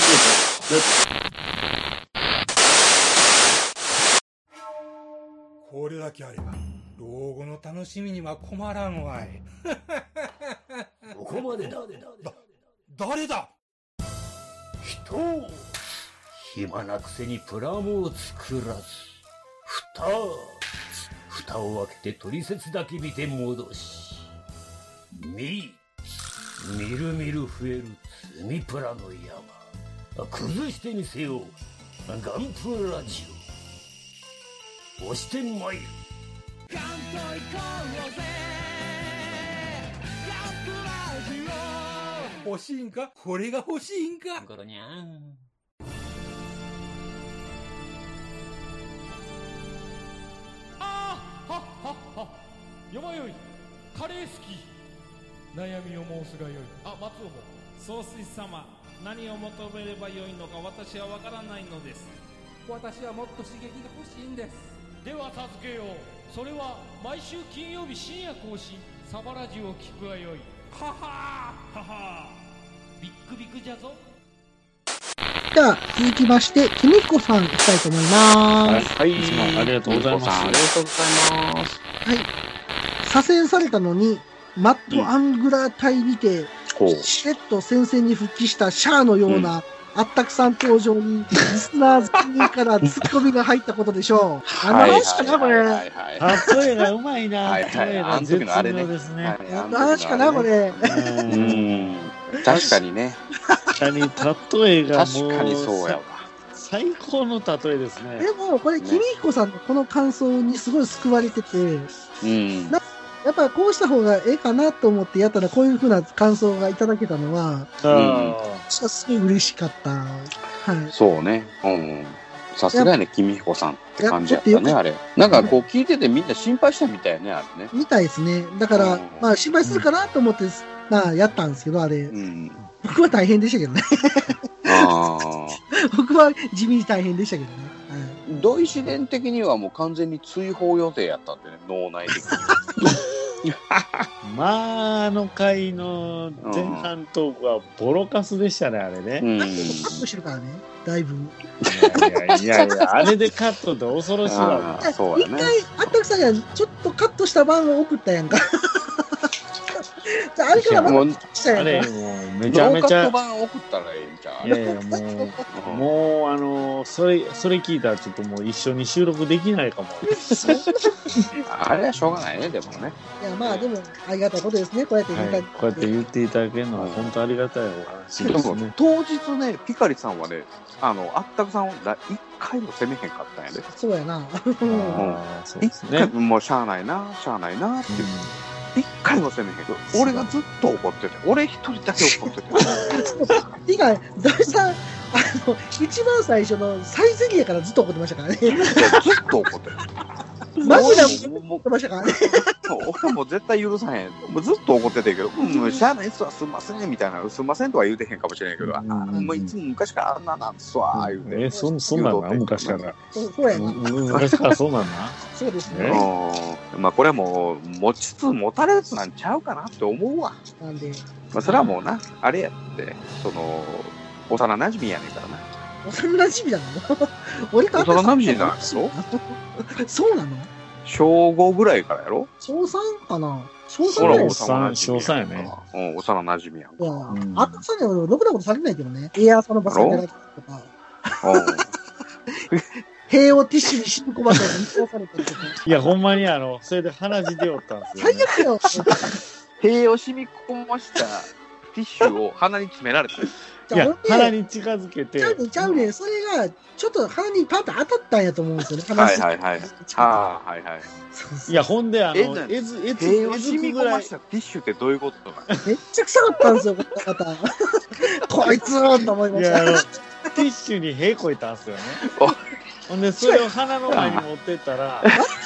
これだけあれば老後の楽しみには困らんわい。 ここまでだ。 誰だ？ 人暇なくせにプラモを作らず、蓋を開けて取説だけ見て戻し、みるみる増える積みプラの山、崩してみせようガンプラジオ、押してまいる。ガンと行こうぜガンプラジオ。欲しいんか？これが欲しいんか？ ゴロニャン。 よまよい、カレー好き。悩みを申すがよい。松尾も。 総帥様、何を求めればよいのか私はわからないのです。 私はもっと刺激が欲しいんです。では助けよう。それは毎週金曜日深夜更新、サバラジを聞くがよい。ははーははー、ビックビックじゃぞ。 では続きましてきみひこさんいきたいと思います。 はい、ありがとうございます。 ありがとうございます。 はい。左遷されたのにマットアングラー隊にて、しれっと戦線に復帰したシャアのような、あったくさん登場にリスナー全員からツッコミが入ったことでしょう。あの話かなこれ。 例えがうまいな。例えが絶妙ですね。 あの話かなこれ。 確かにね。 確かに例えがもう確かにそうやわ。 最高の例えですね。 でもこれきみひこさんのこの感想にすごい救われてて、やっぱりこうした方がええかなと思ってやったらこういう風な感想がいただけたのは、すごい嬉しかった。はい。 そうね。さすがやね、きみひこさんって感じやったね、あれ。なんかこう聞いててみんな心配したみたいやね、あれね。 みたいですね。だから、まあ心配するかなと思って、まあやったんですけど、あれ。僕は大変でしたけどね。僕は地味に大変でしたけどね。 土井自然的にはもう完全に追放予定やったんでね、脳内的に。 まあ、あの回の前半トークはボロカスでしたね、あれね。 カットしてるからね、だいぶ。 いや、あれでカットって恐ろしいわ。 そうやね。 一回、あったくさんがちょっとカットした版を送ったやんか。あれからまたしたやんか。あれ、もうめちゃめちゃ。 ノーカット版送ったらええんちゃう？ いや、もう、それ聞いたらちょっともう一緒に収録できないかも。 あれはしょうがないね、でもね。 いや、まあでも、ありがたいことですね、こうやって言っていただけるのは本当ありがたいお話ですね。 当日ね、ピカリさんはね、あったくさんを一回も責めへんかったんやで。 そうやな。 そうですね。 もうしゃあないなっていう。一回も責めへんけど、俺がずっと怒ってて、俺一人だけ怒ってて。 てか、土井さん、一番最初のサイゼリヤからずっと怒ってましたからね。ずっと怒ってる。 マジで怒ってましたからね。 俺も絶対許さへん。もうずっと怒っててんけど、しゃあないっすわ、すんません、みたいな、すんませんとは言うてへんかもしれんけど、もういつも昔からあんななんすわ、言うて。 そんなんな、昔から。 そうやな。 昔からそうなんな。 そうですね。 まあこれはもう、持ちつ持たれつなんちゃうかなって思うわ。 なんで。 まあそれはもうな、あれやって、幼馴染やねんからな。 幼馴染なの？俺と幼馴染なんやろ？ そうなの？ 小5ぐらいからやろ？ 小3かな？小 3やね。 幼馴染やんか。 いや、あったさんにはろくなことされないけどね。エアーサのバスケットとか。塀をティッシュに染み込ませて密封されたりとか。 いや、ほんまにそれで鼻血出よったんですよ。 最悪よ。 塀を染み込ましたティッシュを鼻に詰められた。 いや、鼻に近づけて。 ちゃうねん。それが、ちょっと鼻にパンと当たったんやと思うんですよね。 はいはいはい。 いや、ほんで、 塀を染み込ましたティッシュってどういうことなの？ めっちゃ臭かったんですよ、この方。こいつーと思いました。 ティッシュに屁こいたんすよね。ほんで、それを鼻の前に持ってったら、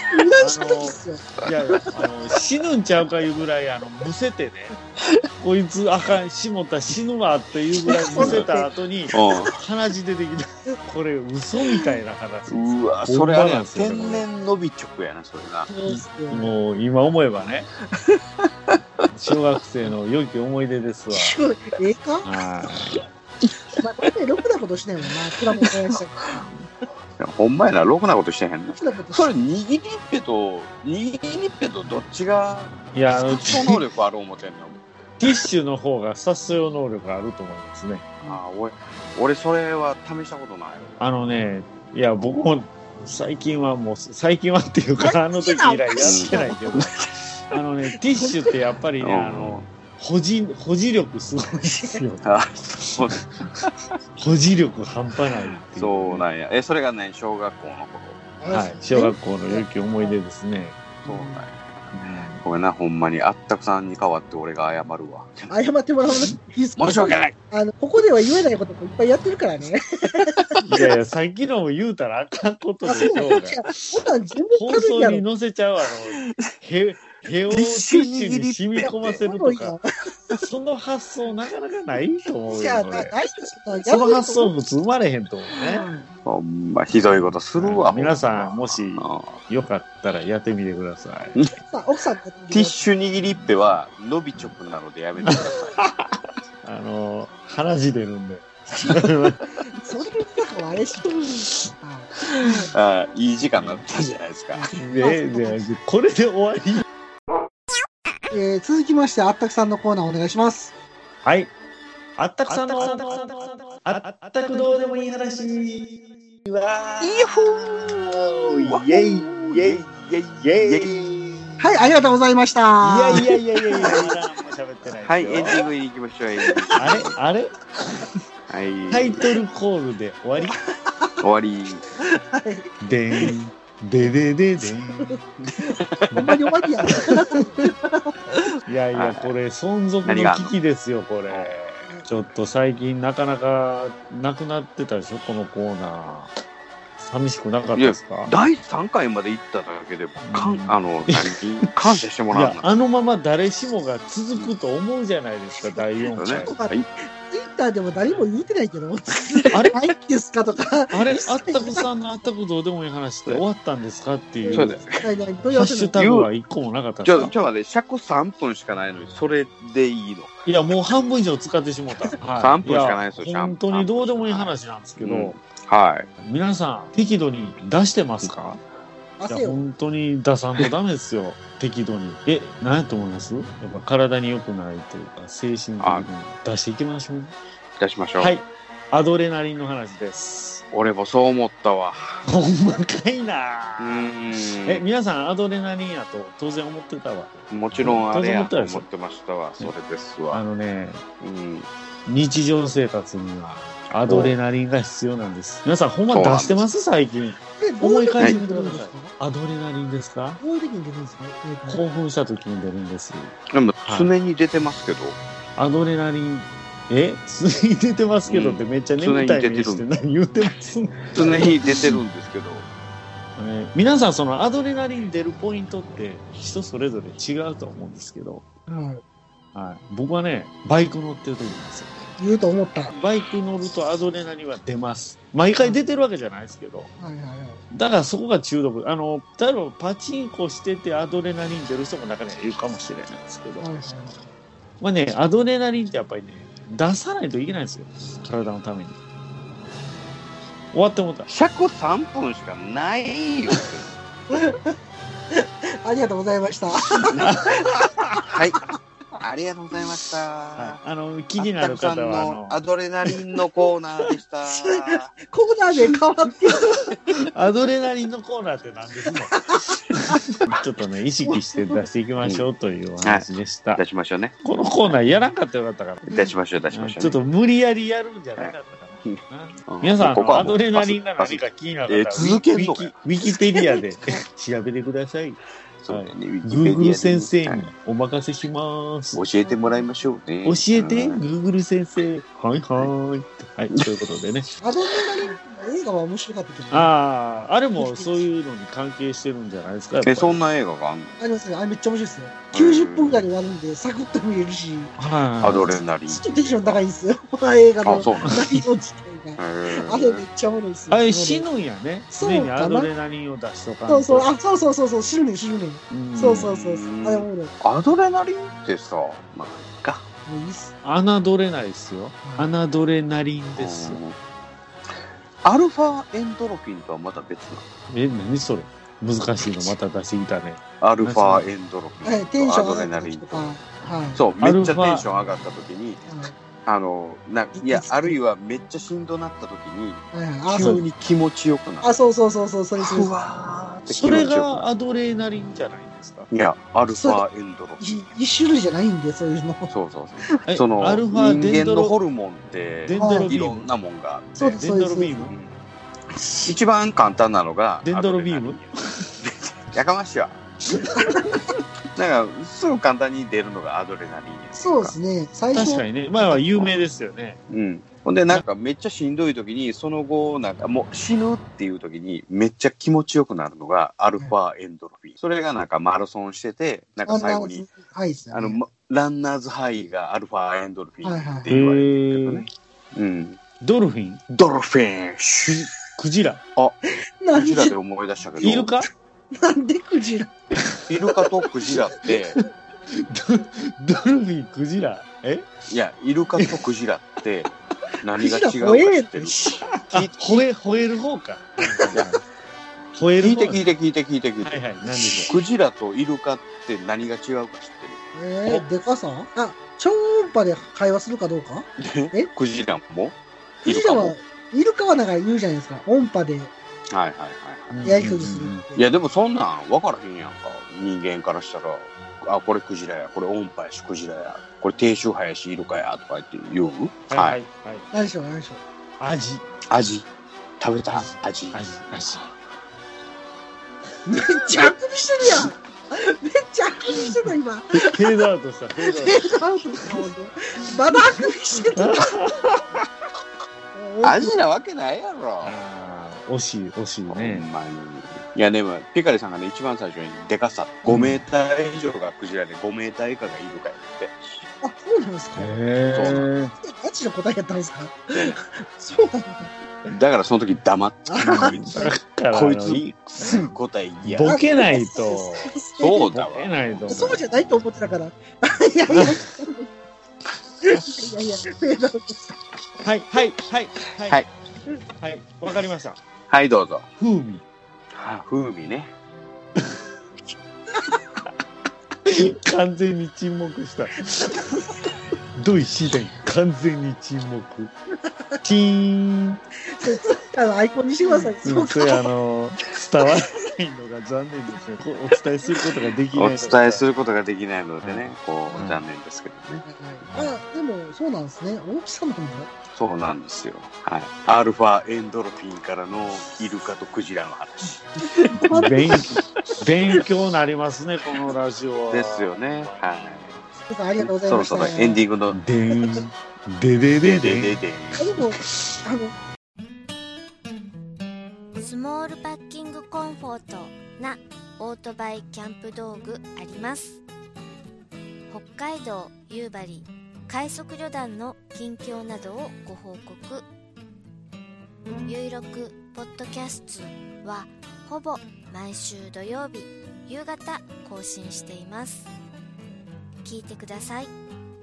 死ぬんちゃうかいうぐらい、むせてね、こいつあかん、しもた死ぬわっていうぐらいむせた後に、鼻血出てきた。これ、嘘みたいな話。 うわ、それあれやん、天然のび直やな、それな。 もう、今思えばね、小学生の良き思い出ですわ。 ええか？まあ、大体ろくなことしてんもんな、プラモ燃やしたから。 ほんまやな、ろくなことしてへんの。それ、握りっぺとどっちが殺傷能力ある思てんの？ ティッシュの方が殺傷能力あると思いますね。 俺それは試したことないよ。いや、僕も最近はっていうか、あの時以来やってないけど、ティッシュってやっぱりね、保持力すごいですよ。保持力半端ないっていう。 そうなんや。それがね、小学校の頃。はい、小学校の良き思い出ですね。 そうなんや。ごめんな、ほんまにあったくさんに代わって俺が謝るわ。 謝ってもらうの申し訳ない。 ここでは言えないこともいっぱいやってるからね。 いやいや、さっきのも言うたらあかんことでしょうが。放送に載せちゃう毛をティッシュに染み込ませるとか、その発想なかなかないと思うよ。その発想普通生まれへんと思うね。 ほんまひどいことするわ。 皆さんもしよかったらやってみてください。 奥さんティッシュ握りっぺは伸び直なのでやめてください。鼻血出るんで。 それだからあれしいい時間になったじゃないですか。 これで終わり。 続きまして、あったくさんのコーナーお願いします。 はい。あったくさんの、あったくどうでもいい話。イヤホーイェイイェイイェイイェイ。 はい、ありがとうございました。 いや、喋ってない。 はい、エンディングに行きましょう。 あれはい。 タイトルコールで終わり。でん。でん。 ほんまに終わりや。 いや、これ、存続の危機ですよ、これ。ちょっと最近なかなかなくなってたでしょ、このコーナー。寂しくなかったですか？ 第3回まで行っただけで、感謝してもらう。 いや、あのまま誰しもが続くと思うじゃないですか、第4回。 ツイッターでも誰も言うてないけど、 あれないんですかとか。 あれ、あったくさんのあったくどうでもいい話って終わったんですかっていう。 そうです。 ハッシュタグは1個もなかったですか？ ちょっと待って、尺3分しかないのに、それでいいの？ いや、もう半分以上使ってしまった。 3分しかないですよ、 本当にどうでもいい話なんですけど、 はい。 皆さん、適度に出してますか？いや、本当に出さんとダメですよ。適度に。何やと思います？やっぱ体に良くないというか、精神的に出していきましょう。 出しましょう。 はい。アドレナリンの話です。 俺もそう思ったわ。 ほんまかいな。皆さんアドレナリンやと当然思ってたわ。 もちろんあれやと思ってましたわ。それですわ。 日常生活にはアドレナリンが必要なんです。皆さんほんま出してます？最近。思い返してみてください。アドレナリンですか？ どういう時に出るんですか？ 興奮した時に出るんです。 でも常に出てますけど。 アドレナリン、常に出てますけどってめっちゃ眠たい目して何言うてます？ 常に出てるんですけど。 皆さんそのアドレナリン出るポイントって人それぞれ違うと思うんですけど、僕はね、バイク乗ってる時なんですよ。 言うと思った。 バイク乗るとアドレナリンは出ます。毎回出てるわけじゃないですけど。だからそこが中毒。例えばパチンコしててアドレナリン出る人も中にはいるかもしれないですけど。まあね、アドレナリンってやっぱりね、出さないといけないんですよ。体のために。終わって思った。 尺3分しかないよ。 ありがとうございました。 はい。ありがとうございました。 気になる方はアドレナリンのコーナーでした。 コーナーで変わってる。 アドレナリンのコーナーって何ですの？ちょっとね、意識して出していきましょうというお話でした。 出しましょうね。 このコーナーやらんかったらよかったから。 出しましょう。ちょっと無理やりやるんじゃなかったから。皆さん、アドレナリンが何か気になる方は、ウィキペディアで調べてください。 そうね。 Google 先生にお任せします。 教えてもらいましょうね。 教えて、Google 先生。はいはい。はい、ということでね。 アドレナリン映画は面白かったけど、ね。 ああ、あれもそういうのに関係してるんじゃないですか。 そんな映画があるの？ ありますね。あれめっちゃ面白いですよ。90分ぐらいで終わるんで、サクッと見えるし。 アドレナリン。 ちょっとテンション高いんですよ。映画の内容自体が。あれめっちゃおもろいですよ。 あれ死ぬんやね。常にアドレナリンを出しとかんと。 そうそう、死ぬねん。そう。あれおもろい。 アドレナリンってさ、まあ、いいか。 もういいっす。 侮れないですよ。侮れなりんですよ。 アルファエンドロフィンとはまた別なの？何それ？難しいのまた出してきたね。 アルファエンドロフィン。 はい、テンションアドレナリンと。 はい。 そう、めっちゃテンション上がった時に、いや、あるいはめっちゃしんどなった時に、急に気持ちよくなる。 そう、それふわーってそれがアドレナリンじゃないですか？ いや、アルファエンドロフィン。 一種類じゃないんで、そういうの。 そう。その、 アルファ人間のホルモンって、 デンドロビームいろんなもんがあって。 そうです。 デンドロビーム？ 一番簡単なのが、 デンドロビーム？ やかましいわ。なんか、すぐ簡単に出るのがアドレナリンや。 そうですね。最初。 確かにね。まあ有名ですよね。 うん。ほんで、なんかめっちゃしんどい時に、その後、なんかもう死ぬっていう時に、めっちゃ気持ちよくなるのがアルファエンドロフィン。それがなんかマラソンしてて、なんか最後に、ランナーズハイがアルファエンドロフィンって言われてるけどね。うん。 ドルフィン？クジラ。 クジラで思い出したけど。 イルカ？ なんでクジラ？ イルカとクジラって、 ドルフィン、クジラ？ いや、イルカとクジラって、何が違うか知ってる？ 吠える方か。吠える方。 聞いて。 はい、何でしょう。クジラとイルカって何が違うか知ってる？でかさ？超音波で会話するかどうか？ クジラも？ クジラは、イルカはなんか言うじゃないですか。音波で。 はい。 やりとりする。 いや、でもそんなん分からへんやんか。人間からしたら、これクジラや、これ音波やしクジラや、これ低周波やしイルカやとか言って言う？ はい。 何でしょう。 味。 食べた？味。 めっちゃあくびしてるやん。めっちゃあくびしてた今。 フェードアウトした。 まだあくびしてた。 味なわけないやろ。 惜しいね。 ほんまに。いやでも、ピカリさんがね、一番最初にでかさ、5メーター以上がクジラで5メーター以下がイルカやって。 そうなんですか？そうなんガチの答えやったんですか？そうなんだからその時黙って。こいつ、すぐ答え言ボケないと。 そうだわ。 そうじゃないと思ってたから。いや。 はい。わかりました。 はい、どうぞ。 風味ね。 完全に沈黙した。ドイシデン、完全に沈黙。チーン。 アイコンにしてください。 それ伝わらないのが残念ですね。お伝えすることができない。 お伝えすることができないのでね、残念ですけどね。 でも、そうなんですね。大きさなんだ。 そうなんですよ。はい。アルファエンドロフィンからのイルカとクジラの話。 勉強になりますね、このラジオは。 ですよね。はい。 ありがとうございます。 そろそろエンディングのスモールパッキングコンフォートなオートバイキャンプ道具あります。北海道夕張快速旅団の近況などをご報告。ゆいろくポッドキャストはほぼ毎週土曜日夕方更新しています。聞いてください。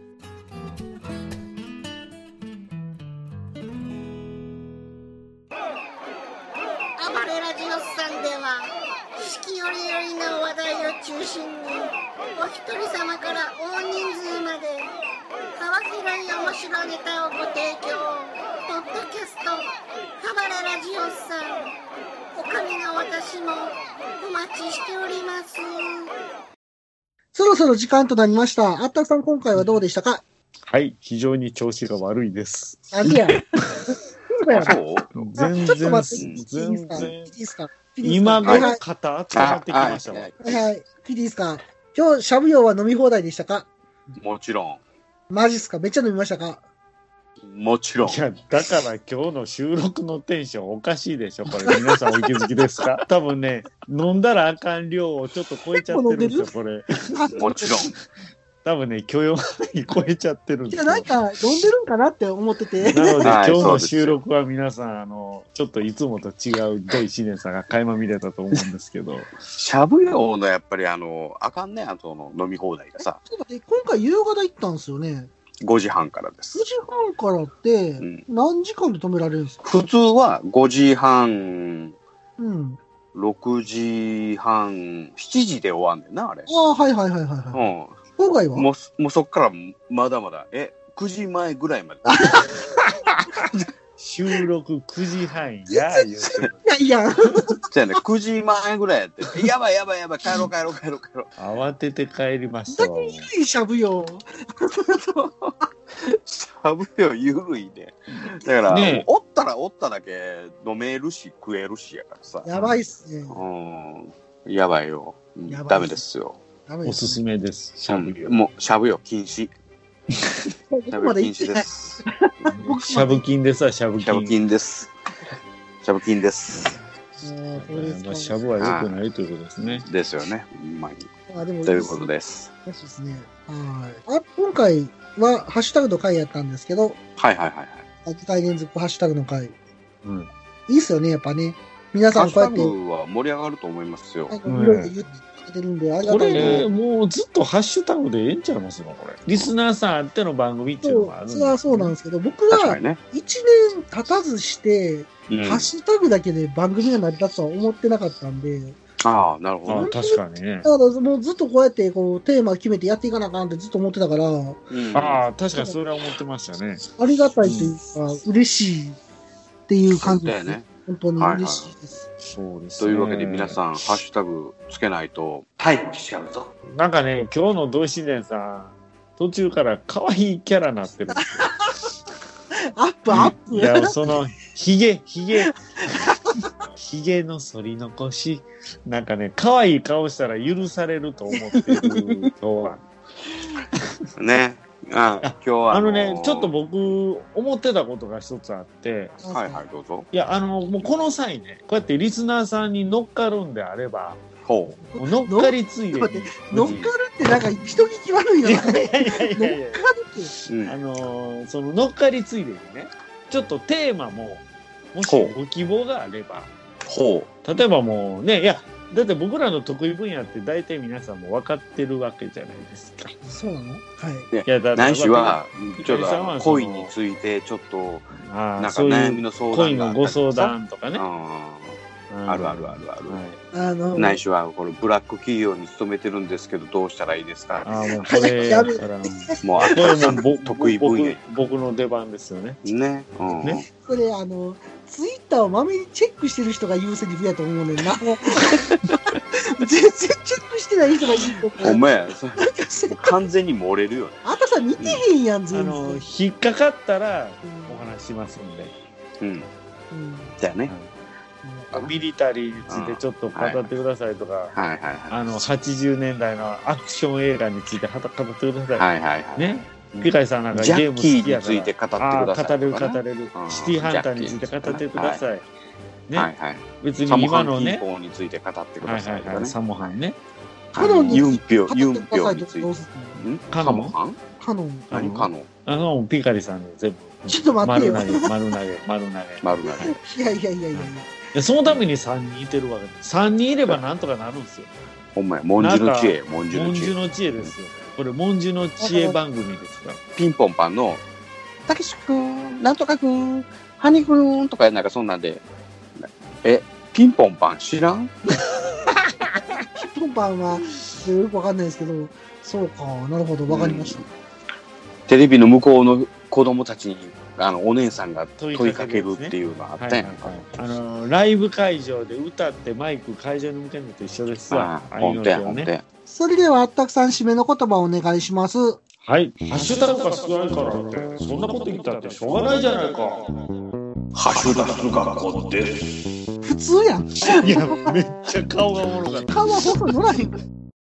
暴れラジオスさんでは四季折々の話題を中心にお一人様から大人数まで幅広い面白いネタをご提供。ポッドキャスト暴れラジオスさん、おかみの私もお待ちしております。 そろそろ時間となりました。あったくさん、今回はどうでしたか？ はい、非常に調子が悪いです。 何や。 そう？ 全然。 ちょっと待って、いいですか？ 今頃肩熱くなってきましたわ。 はいはい。聞いていいですか？今日、しゃぶ葉は飲み放題でしたか？ もちろん。 マジっすか？めっちゃ飲みましたか？ もちろん。 いや、だから今日の収録のテンションおかしいでしょ、これ。皆さんお気づきですか？多分ね、飲んだらあかん量をちょっと超えちゃってるんですよ、これ。 もちろん。 多分ね、許容範囲超えちゃってるんですよ。 いや、なんか、飲んでるんかなって思ってて。 なので、今日の収録は皆さん、ちょっといつもと違う土井四年さんが垣間見れたと思うんですけど。 しゃぶ用のやっぱりあかんね、飲み放題がさ。 今回夕方行ったんですよね。 5時半からです。 5時半からって、何時間で止められるんですか？ 普通は5時半、6時半、7時で終わんねんな、あれ。 ああ、はいはいはいはい。今回はもうそっからまだまだ、9時前ぐらいまで。 収録9時半や、言うてる。 いや。 じゃあね、9時前ぐらいやって、やばい、帰ろう。 慌てて帰りましたわ。 ゆるいしゃぶよ。 しゃぶよ、ゆるいね。だから、おったらおっただけ飲めるし、食えるしやからさ。 やばいっすね。 やばいよ。ダメですよ。 おすすめです。 しゃぶよ。もう、しゃぶよ、禁止。しゃぶ禁止です。 しゃぶ金ですわ、しゃぶ金。 しゃぶ金です。しゃぶ金です。 しゃぶは良くないということですね。 ですよね。ということです。 そうですね。今回はハッシュタグの回やったんですけど。 はい。 2回連続ハッシュタグの回。いいっすよね、やっぱね。皆さんこうやって。 ハッシュタグは盛り上がると思いますよ。 いろいろ言っててるんで、 これ、もうずっとハッシュタグでええんちゃいますのこれ。リスナーさんあっての番組っていうのがあるんですよ。 そうなんですけど、僕は1年経たずして、ハッシュタグだけで番組が成り立つとは思ってなかったんで。 ああ、なるほど。 確かにね。 だからもうずっとこうやってテーマ決めてやっていかなあかんってずっと思ってたから。 ああ、確かにそれは思ってましたね。 ありがたいというか、嬉しいっていう感じですね。本当に嬉しいです。 そうですね。 というわけで皆さん、ハッシュタグつけないと逮捕しちゃうぞ。 なんかね、今日の土井自然さん、途中から可愛いキャラになってるんですよ。 アップいや、その、ヒゲの剃り残し。なんかね、可愛い顔したら許されると思ってる、今日は。 ね。今日はね、ちょっと僕、思ってたことが一つあって。 はい、どうぞ。 いや、もうこの際ね、こうやってリスナーさんに乗っかるんであれば、乗っかりついでに。 乗っかるってなんか人聞き悪いな。 いや。その乗っかりついでにね、ちょっとテーマも、もしご希望があれば、例えばもうね、いや、だって僕らの得意分野って大体皆さんも分かってるわけじゃないですか。 そうなの？はい。 いや、ないしは、ちょっと恋についてちょっと、なんか悩みの相談があったりとか。恋のご相談とかね。ある。ないしは、これブラック企業に勤めてるんですけど、どうしたらいいですか？ もうこれ、もう得意分野。僕の出番ですよね。 ね。 これ、ツイッターをまめにチェックしてる人が言うセリフやと思うねんな。全然チェックしてない人がいると思う。お前、完全に漏れるよね。 あんたさ、見てへんやん、全然。 引っかかったら、お話しますんで。 だよね。 ミリタリーについてちょっと語ってくださいとか、80年代のアクション映画について語ってください。ね。ピカイさんなんかゲーム好きやから。 ジャッキーについて語ってください。 語れる。シティハンターについて語ってください。ね。別に今のね。 サモハンについて語ってください。 サモハンね。 ユンピョについて。 カノン？ 何カノン？ ピカリさんの全部。 ちょっと待ってよ。 丸投げ。 いや。 そのために3人いてるわけです。3人いればなんとかなるんですよ。 ほんまや、文殊の知恵。 文殊の知恵ですよ。これ、文殊の知恵番組ですから。 ピンポンパンの、たけしくん、なんとかくん、はにくんとかなんかそんなんで、ピンポンパン知らん？ ピンポンパンは、よくわかんないですけど、そうか、なるほど、わかりました。 テレビの向こうの子供たちに、お姉さんが問いかけるっていうのがあったやんか。 ライブ会場で歌ってマイク会場に向けるのと一緒ですわ。 ほんとや。 それでは、あったくさん締めの言葉をお願いします。 はい。ハッシュタグが少ないからって、そんなこと言ったってしょうがないじゃないか。 ハッシュタグ学校です。 普通やん。 いや、めっちゃ顔がおもろかった。 顔はほんと乗らへん。